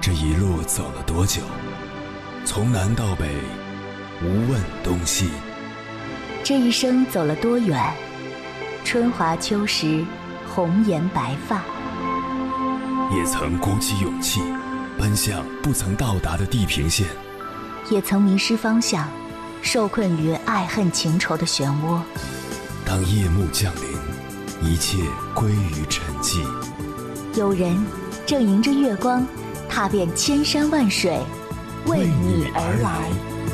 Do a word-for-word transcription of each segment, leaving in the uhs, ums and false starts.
这一路走了多久？从南到北，无问东西。 这一生走了多远？春华秋实，红颜白发。 也曾鼓起勇气，奔向不曾到达的地平线。 也曾迷失方向，受困于爱恨情仇的漩涡。 当夜幕降临，一切归于沉寂。 有人正迎着月光，踏遍千山万水，为你而来。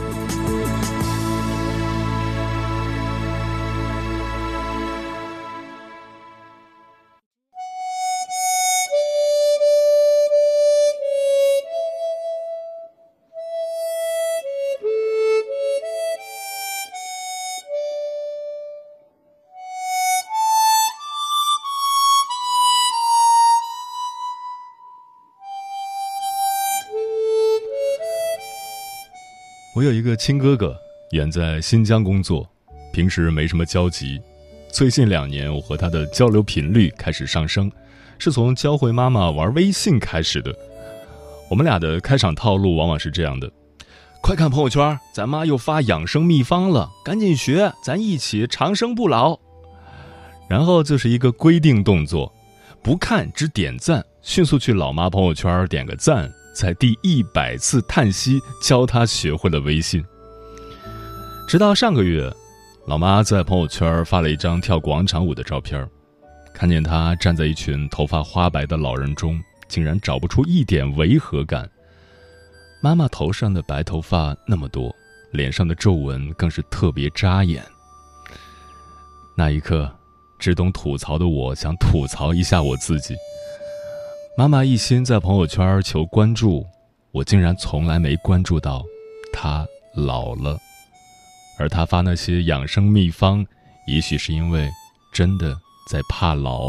我有一个亲哥哥，远在新疆工作，平时没什么交集。最近两年，我和他的交流频率开始上升，是从教会妈妈玩微信开始的。我们俩的开场套路往往是这样的：快看朋友圈，咱妈又发养生秘方了，赶紧学，咱一起长生不老。然后就是一个规定动作，不看只点赞，迅速去老妈朋友圈点个赞，在第一百次叹息教他学会了微信。直到上个月，老妈在朋友圈发了一张跳广场舞的照片，看见她站在一群头发花白的老人中，竟然找不出一点违和感。妈妈头上的白头发那么多，脸上的皱纹更是特别扎眼。那一刻，只懂吐槽的我想吐槽一下我自己。妈妈一心在朋友圈求关注，我竟然从来没关注到她老了。而她发那些养生秘方，也许是因为真的在怕老。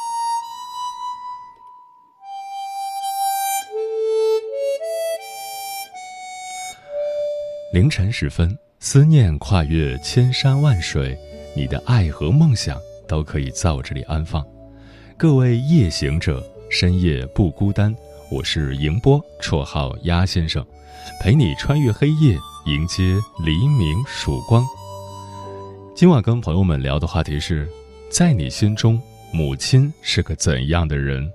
凌晨时分，思念跨越千山万水，你的爱和梦想都可以在我这里安放。各位夜行者，深夜不孤单，我是迎波，绰号鸭先生，陪你穿越黑夜，迎接黎明曙光。今晚跟朋友们聊的话题是，在你心中，母亲是个怎样的人？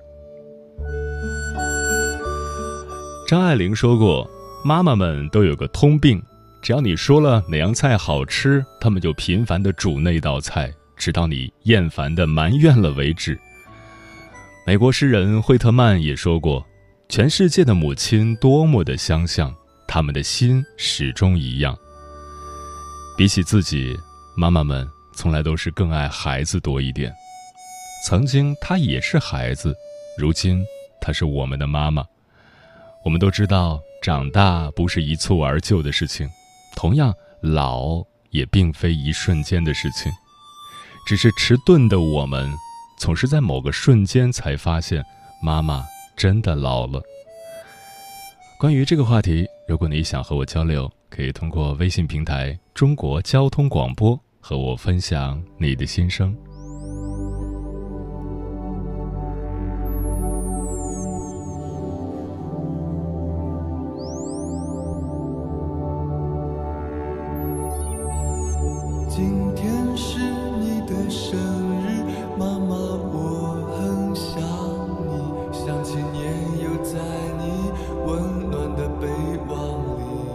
张爱玲说过，妈妈们都有个通病，只要你说了哪样菜好吃，他们就频繁地煮那道菜，直到你厌烦地埋怨了为止。美国诗人惠特曼也说过，全世界的母亲多么的相像，他们的心始终一样。比起自己，妈妈们从来都是更爱孩子多一点。曾经她也是孩子，如今她是我们的妈妈。我们都知道，长大不是一蹴而就的事情，同样老也并非一瞬间的事情。只是迟钝的我们总是在某个瞬间才发现妈妈真的老了。关于这个话题，如果你想和我交流，可以通过微信平台中国交通广播和我分享你的心声。 今天是你的生日，妈妈我很想你，想起年幼在你温暖的背包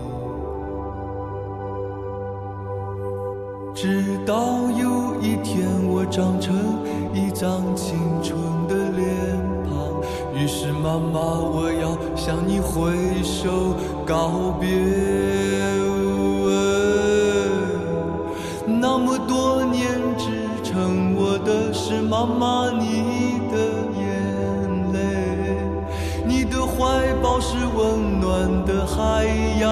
里，直到有一天我长成一张青春的脸庞，于是妈妈我要向你挥手告别。那么多年支撑我的是妈妈你的眼泪，你的怀抱是温暖的海洋，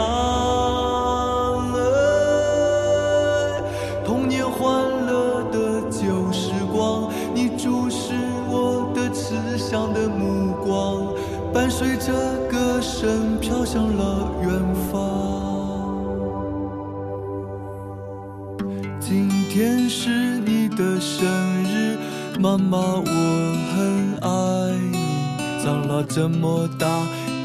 童年欢乐的旧时光，你注视我的慈祥的目光，伴随着歌声飘向了远方。今天是你的生日，妈妈我很爱你，长了这么大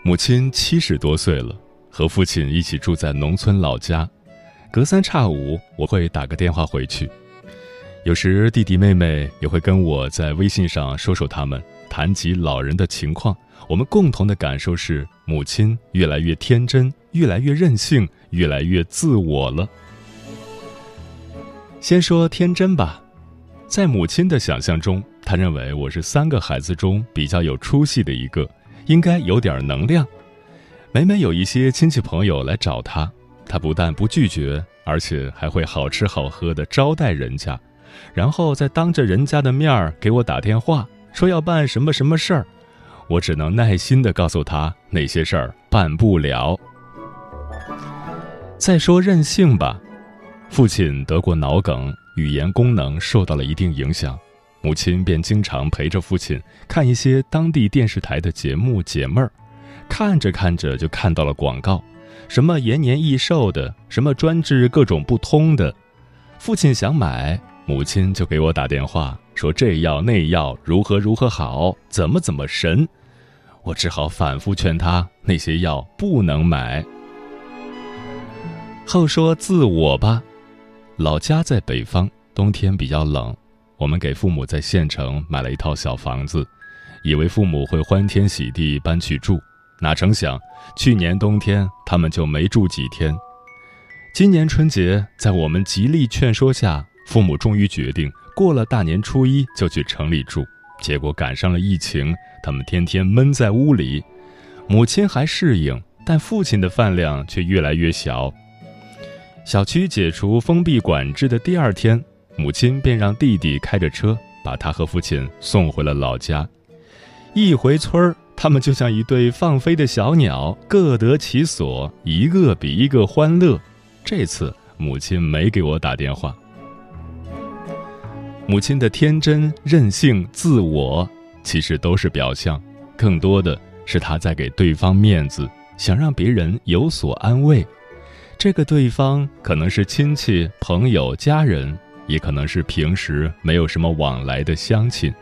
母亲七十多岁了，和父亲一起住在农村老家，隔三差五我会打个电话回去。有时弟弟妹妹也会跟我在微信上说说他们，谈及老人的情况。我们共同的感受是，母亲越来越天真，越来越任性，越来越自我了。先说天真吧，在母亲的想象中，她认为我是三个孩子中比较有出息的一个，应该有点能量。每每有一些亲戚朋友来找她，她不但不拒绝，而且还会好吃好喝的招待人家，然后再当着人家的面儿给我打电话，说要办什么什么事儿。我只能耐心地告诉他那些事儿办不了。再说任性吧，父亲得过脑梗，语言功能受到了一定影响，母亲便经常陪着父亲看一些当地电视台的节目解闷儿。看着看着就看到了广告，什么延年益寿的，什么专治各种不通的。父亲想买，母亲就给我打电话，说这药那药如何如何好，怎么怎么神。我只好反复劝他那些药不能买。后说自我吧，老家在北方，冬天比较冷，我们给父母在县城买了一套小房子，以为父母会欢天喜地搬去住，哪成想去年冬天他们就没住几天。今年春节，在我们极力劝说下，父母终于决定过了大年初一就去城里住，结果赶上了疫情，他们天天闷在屋里。母亲还适应，但父亲的饭量却越来越小。小区解除封闭管制的第二天，母亲便让弟弟开着车把他和父亲送回了老家。一回村儿，他们就像一对放飞的小鸟，各得其所，一个比一个欢乐。这次母亲没给我打电话。母亲的天真、任性、自我，其实都是表象，更多的是她在给对方面子，想让别人有所安慰。这个对方可能是亲戚、朋友、家人，也可能是平时没有什么往来的乡亲。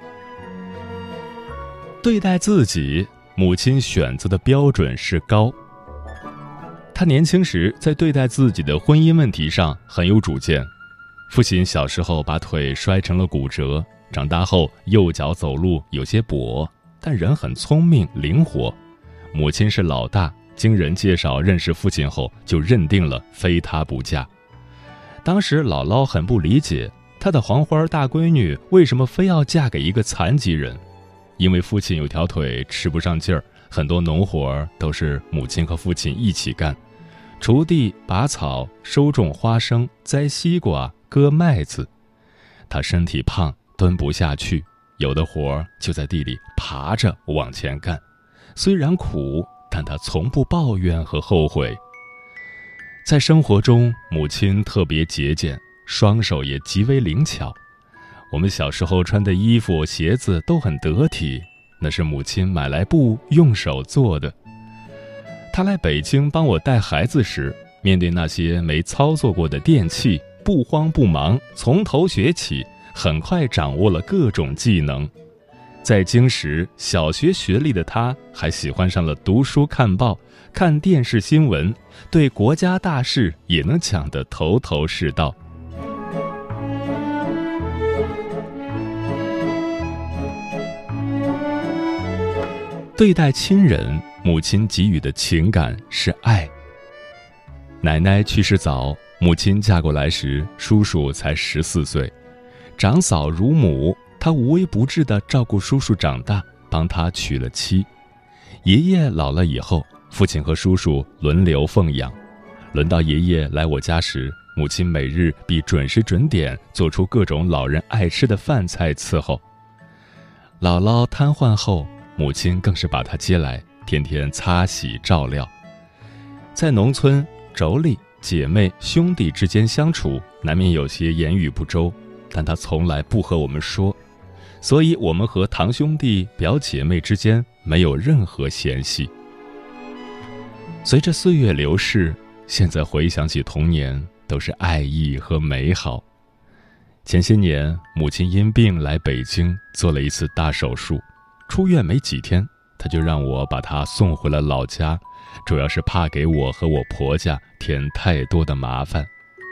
对待自己，母亲选择的标准是高。她年轻时在对待自己的婚姻问题上很有主见。父亲小时候把腿摔成了骨折，长大后右脚走路有些跛，但人很聪明灵活。母亲是老大，经人介绍认识父亲后，就认定了非他不嫁。当时姥姥很不理解，她的黄花大闺女为什么非要嫁给一个残疾人？因为父亲有条腿吃不上劲儿，很多农活都是母亲和父亲一起干，锄地、拔草、收种花生、摘西瓜、割麦子。他身体胖，蹲不下去，有的活就在地里爬着往前干。虽然苦，但他从不抱怨和后悔。在生活中，母亲特别节俭，双手也极为灵巧。我们小时候穿的衣服、鞋子都很得体，那是母亲买来布用手做的。她来北京帮我带孩子时，面对那些没操作过的电器，不慌不忙，从头学起，很快掌握了各种技能。在京时，小学学历的她还喜欢上了读书看报，看电视新闻，对国家大事也能讲得头头是道。对待亲人，母亲给予的情感是爱。奶奶去世早，母亲嫁过来时，叔叔才十四岁，长嫂如母，她无微不至地照顾叔叔长大，帮他娶了妻。爷爷老了以后，父亲和叔叔轮流奉养。轮到爷爷来我家时，母亲每日必准时准点做出各种老人爱吃的饭菜伺候。姥姥瘫痪后，母亲更是把她接来，天天擦洗照料。在农村，妯娌、姐妹、兄弟之间相处，难免有些言语不周，但她从来不和我们说，所以我们和堂兄弟、表姐妹之间没有任何嫌隙。随着岁月流逝，现在回想起童年，都是爱意和美好。前些年，母亲因病来北京做了一次大手术，出院没几天， 他就让我把她送回了老家，主要是怕给我和我婆家添太多的麻烦。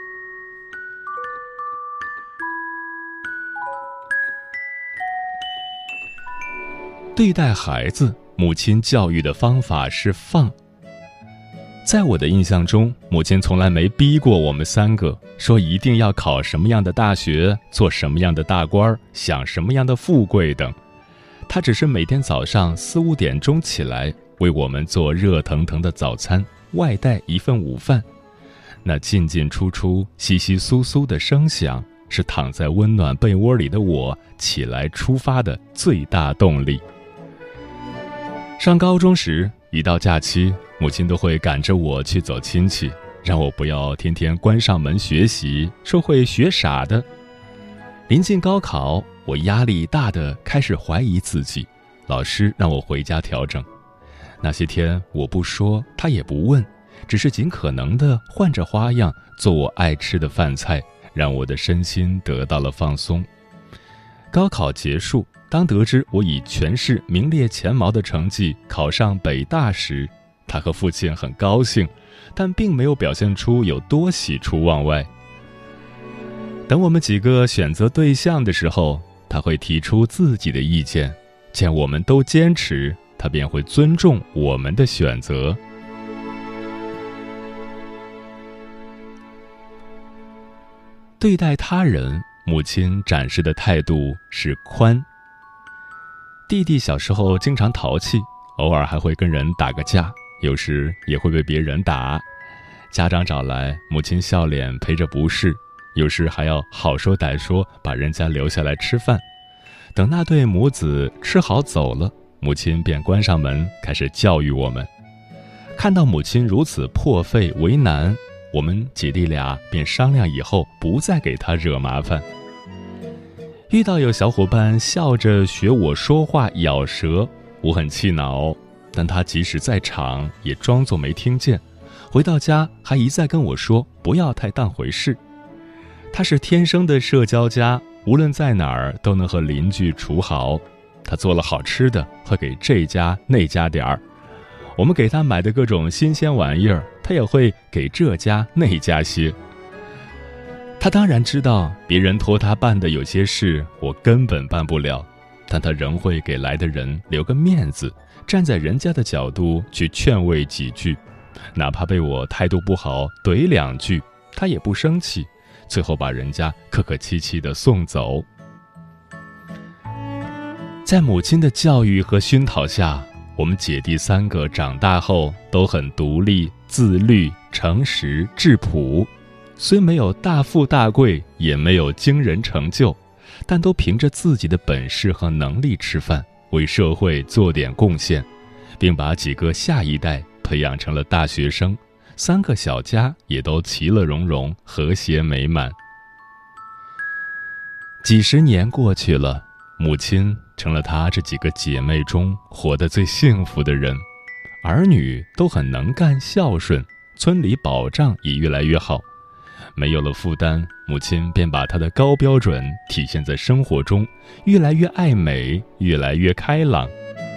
对待孩子，母亲教育的方法是放。在我的印象中，母亲从来没逼过我们三个，说一定要考什么样的大学，做什么样的大官，享什么样的富贵等。她只是每天早上四五点钟起来，为我们做热腾腾的早餐，外带一份午饭。那进进出出、窸窸窣窣的声响，是躺在温暖被窝里的我起来出发的最大动力。上高中时，一到假期，母亲都会赶着我去走亲戚，让我不要天天关上门学习，说会学傻的。临近高考，我压力大的开始怀疑自己，老师让我回家调整。那些天我不说，他也不问，只是尽可能的换着花样做我爱吃的饭菜，让我的身心得到了放松。高考结束，当得知我以全市名列前茅的成绩考上北大时，他和父亲很高兴，但并没有表现出有多喜出望外。等我们几个选择对象的时候，他会提出自己的意见，见我们都坚持，他便会尊重我们的选择。对待他人，母亲展示的态度是宽。弟弟小时候经常淘气，偶尔还会跟人打个架，有时也会被别人打。家长找来，母亲笑脸陪着不是，有时还要好说歹说把人家留下来吃饭。等那对母子吃好走了，母亲便关上门开始教育我们。看到母亲如此破费为难，我们姐弟俩便商量以后不再给她惹麻烦。遇到有小伙伴笑着学我说话咬舌，我很气恼，但他即使在场也装作没听见，回到家还一再跟我说不要太当回事。他是天生的社交家，无论在哪儿都能和邻居处好。他做了好吃的会给这家那家点儿，我们给他买的各种新鲜玩意儿，他也会给这家那家些。他当然知道别人托他办的有些事我根本办不了，但他仍会给来的人留个面子，站在人家的角度去劝慰几句，哪怕被我态度不好怼两句，他也不生气，最后把人家客客气气地送走。在母亲的教育和熏陶下，我们姐弟三个长大后都很独立、自律、诚实、质朴。虽没有大富大贵，也没有惊人成就，但都凭着自己的本事和能力吃饭，为社会做点贡献，并把几个下一代培养成了大学生，三个小家也都其乐融融，和谐美满。几十年过去了，母亲成了她这几个姐妹中活得最幸福的人，儿女都很能干孝顺，村里保障也越来越好。没有了负担，母亲便把她的高标准体现在生活中，越来越爱美，越来越开朗。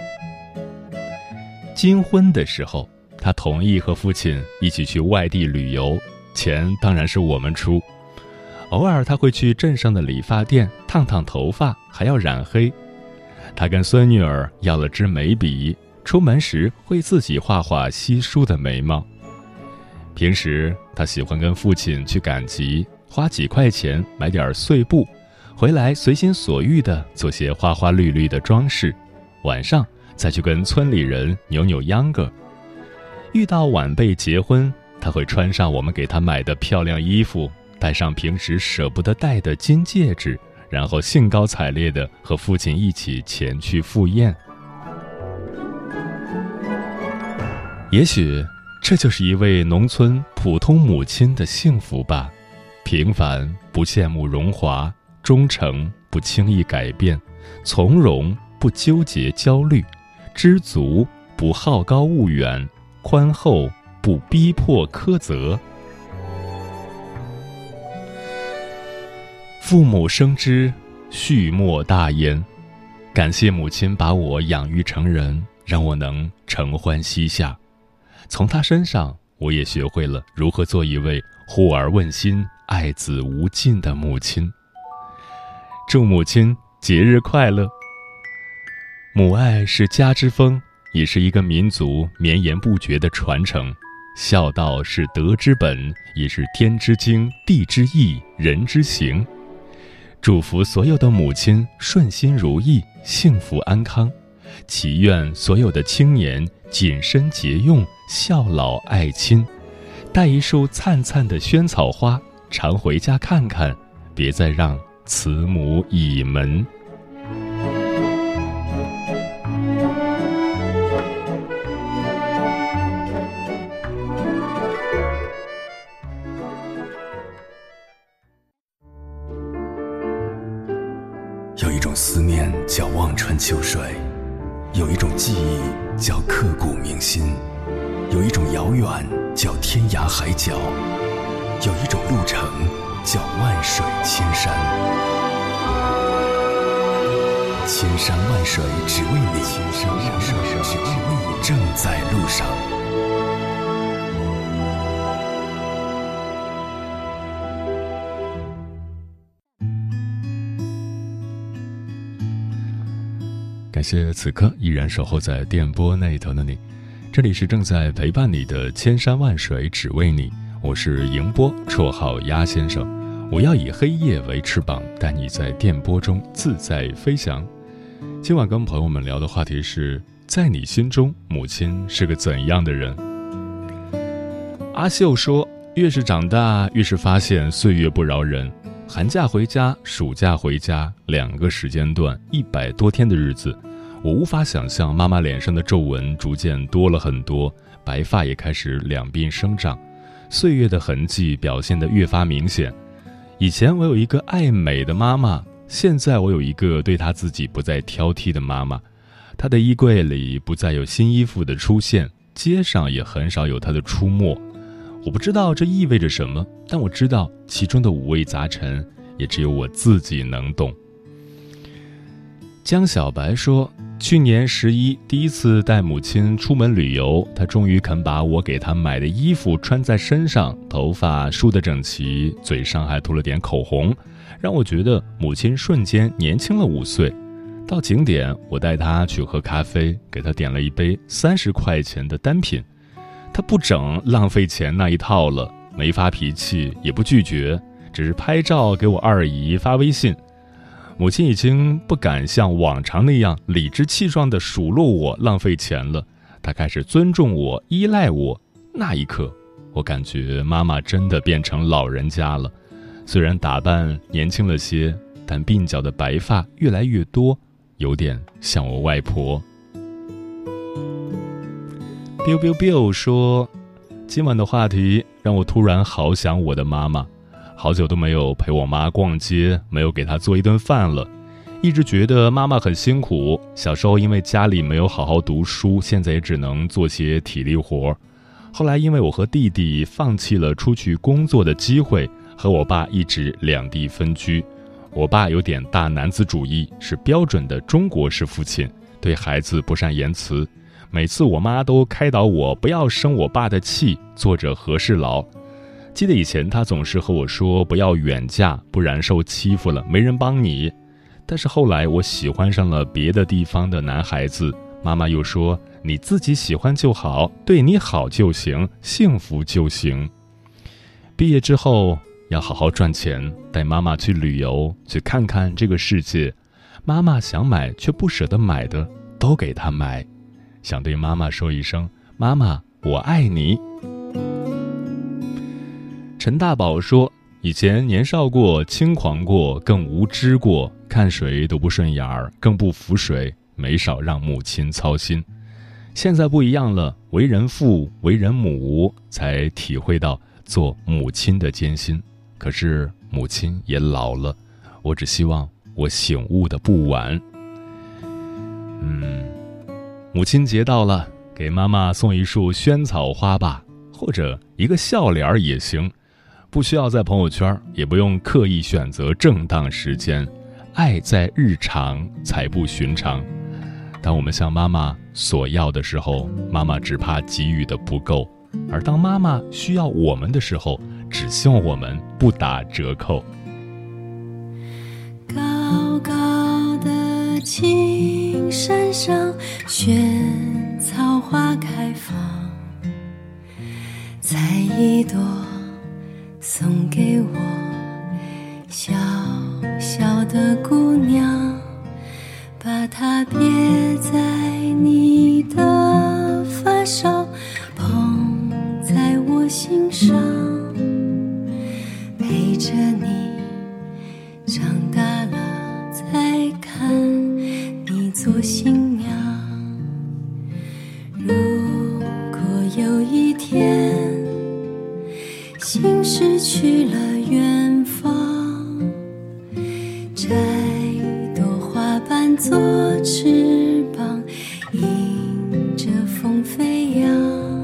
金婚的时候，她同意和父亲一起去外地旅游，钱当然是我们出。偶尔她会去镇上的理发店烫烫头发，还要染黑。她跟孙女儿要了支眉笔，出门时会自己画画稀疏的眉毛。平时他喜欢跟父亲去赶集，花几块钱买点碎布，回来随心所欲地做些花花绿绿的装饰，晚上再去跟村里人扭扭秧歌。遇到晚辈结婚，他会穿上我们给他买的漂亮衣服，戴上平时舍不得戴的金戒指，然后兴高采烈地和父亲一起前去赴宴。也许这就是一位农村普通母亲的幸福吧，平凡不羡慕荣华，忠诚不轻易改变，从容不纠结焦虑，知足不好高骛远，宽厚不逼迫苛责。父母生之，畜莫大焉。感谢母亲把我养育成人， 让我能承欢膝下。从她身上，我也学会了如何做一位护儿问心、爱子无尽的母亲。祝母亲节日快乐！母爱是家之风，也是一个民族绵延不绝的传承。孝道是德之本，也是天之经、地之义、人之行。祝福所有的母亲顺心如意、幸福安康，祈愿所有的青年谨慎节用、孝老爱亲，带一束灿灿的萱草花，常回家看看，别再让慈母倚门。 有一种思念叫望穿秋水，有一种记忆叫刻骨铭心，有一种遥远叫天涯海角，有一种路程叫万水千山。千山万水只为你，千山万水只为你，正在路上。 感谢此刻依然守候在电波那一头的你，这里是正在陪伴你的千山万水只为你，我是迎波，绰号鸭先生。我要以黑夜为翅膀，带你在电波中自在飞翔。今晚跟朋友们聊的话题是，在你心中母亲是个怎样的人？阿秀说，越是长大越是发现岁月不饶人，寒假回家，暑假回家，两个时间段，一百多天的日子，我无法想象妈妈脸上的皱纹逐渐多了很多，白发也开始两鬓生长，岁月的痕迹表现得越发明显。以前我有一个爱美的妈妈，现在我有一个对她自己不再挑剔的妈妈。她的衣柜里不再有新衣服的出现，街上也很少有她的出没。我不知道这意味着什么，但我知道其中的五味杂陈也只有我自己能懂。江小白说，去年十一第一次带母亲出门旅游，她终于肯把我给她买的衣服穿在身上，头发梳得整齐，嘴上还涂了点口红，让我觉得母亲瞬间年轻了五岁。到景点，我带她去喝咖啡，给她点了一杯三十块钱的单品，她不整浪费钱那一套了，没发脾气，也不拒绝，只是拍照给我二姨发微信。母亲已经不敢像往常那样理直气壮地数落我浪费钱了，她开始尊重我、依赖我。那一刻，我感觉妈妈真的变成老人家了。虽然打扮年轻了些，但鬓角的白发越来越多，有点像我外婆。biu biu biu 说，今晚的话题让我突然好想我的妈妈。好久都没有陪我妈逛街，没有给她做一顿饭了。一直觉得妈妈很辛苦，小时候因为家里没有好好读书，现在也只能做些体力活。后来因为我和弟弟放弃了出去工作的机会，和我爸一直两地分居。我爸有点大男子主义，是标准的中国式父亲，对孩子不善言辞。每次我妈都开导我不要生我爸的气，做着和事佬。记得以前他总是和我说不要远嫁，不然受欺负了没人帮你。但是后来我喜欢上了别的地方的男孩子，妈妈又说你自己喜欢就好，对你好就行，幸福就行。毕业之后要好好赚钱，带妈妈去旅游，去看看这个世界。妈妈想买却不舍得买的都给她买。想对妈妈说一声，妈妈我爱你。陈大宝说，以前年少过，轻狂过，更无知过，看谁都不顺眼儿，更不服谁，没少让母亲操心。现在不一样了，为人父为人母，才体会到做母亲的艰辛。可是母亲也老了，我只希望我醒悟的不晚。嗯，母亲节到了，给妈妈送一束萱草花吧，或者一个笑脸也行。不需要在朋友圈，也不用刻意选择正当时间，爱在日常才不寻常。当我们向妈妈索要的时候，妈妈只怕给予的不够，而当妈妈需要我们的时候，只希望我们不打折扣。 高高的青山上，萱草花开放，采一朵送给我，小小的姑娘，把它别在你的发梢，捧在我心上，陪着你长大了再看你做新娘。如果有一天心失去了远方，摘朵花瓣做翅膀，迎着风飞扬。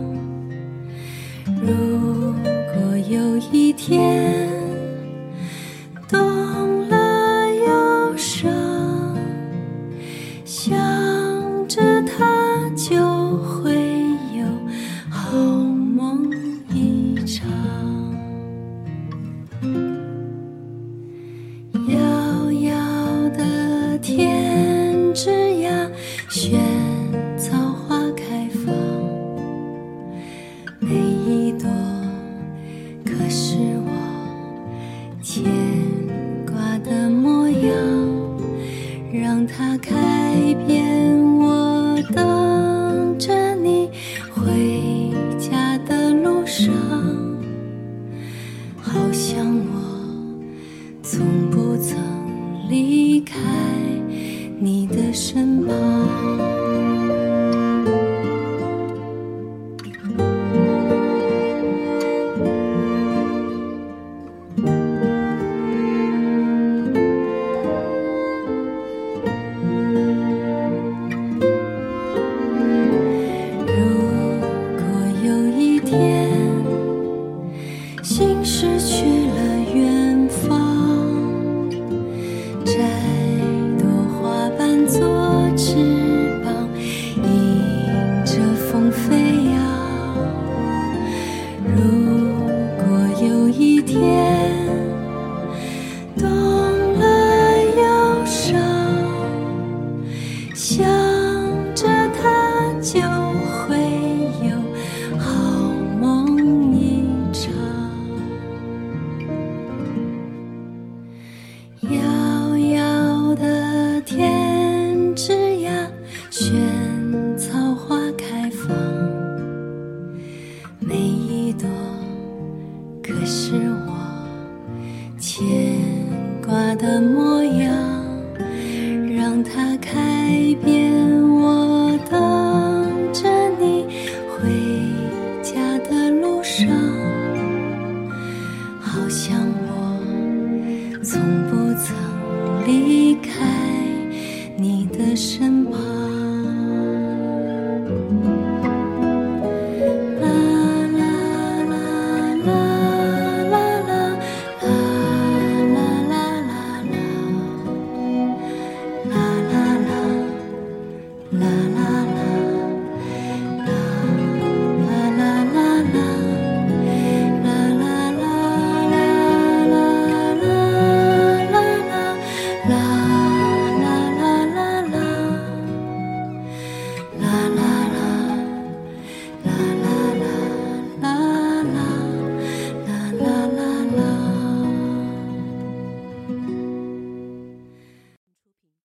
如果有一天懂了忧伤，想着它就会有好梦一场。遥遥的天之涯，萱草花开放，每一朵可是我牵挂的模样，让它开遍我等着你回家的路上，好像我从不曾离开你的身旁。心失去了远方，摘朵花瓣做翅膀，迎着风飞扬。如果有一天懂了忧伤，想着它就会有好梦一场。遥遥的天之涯，萱草花开放，每一朵可是我牵挂的模样。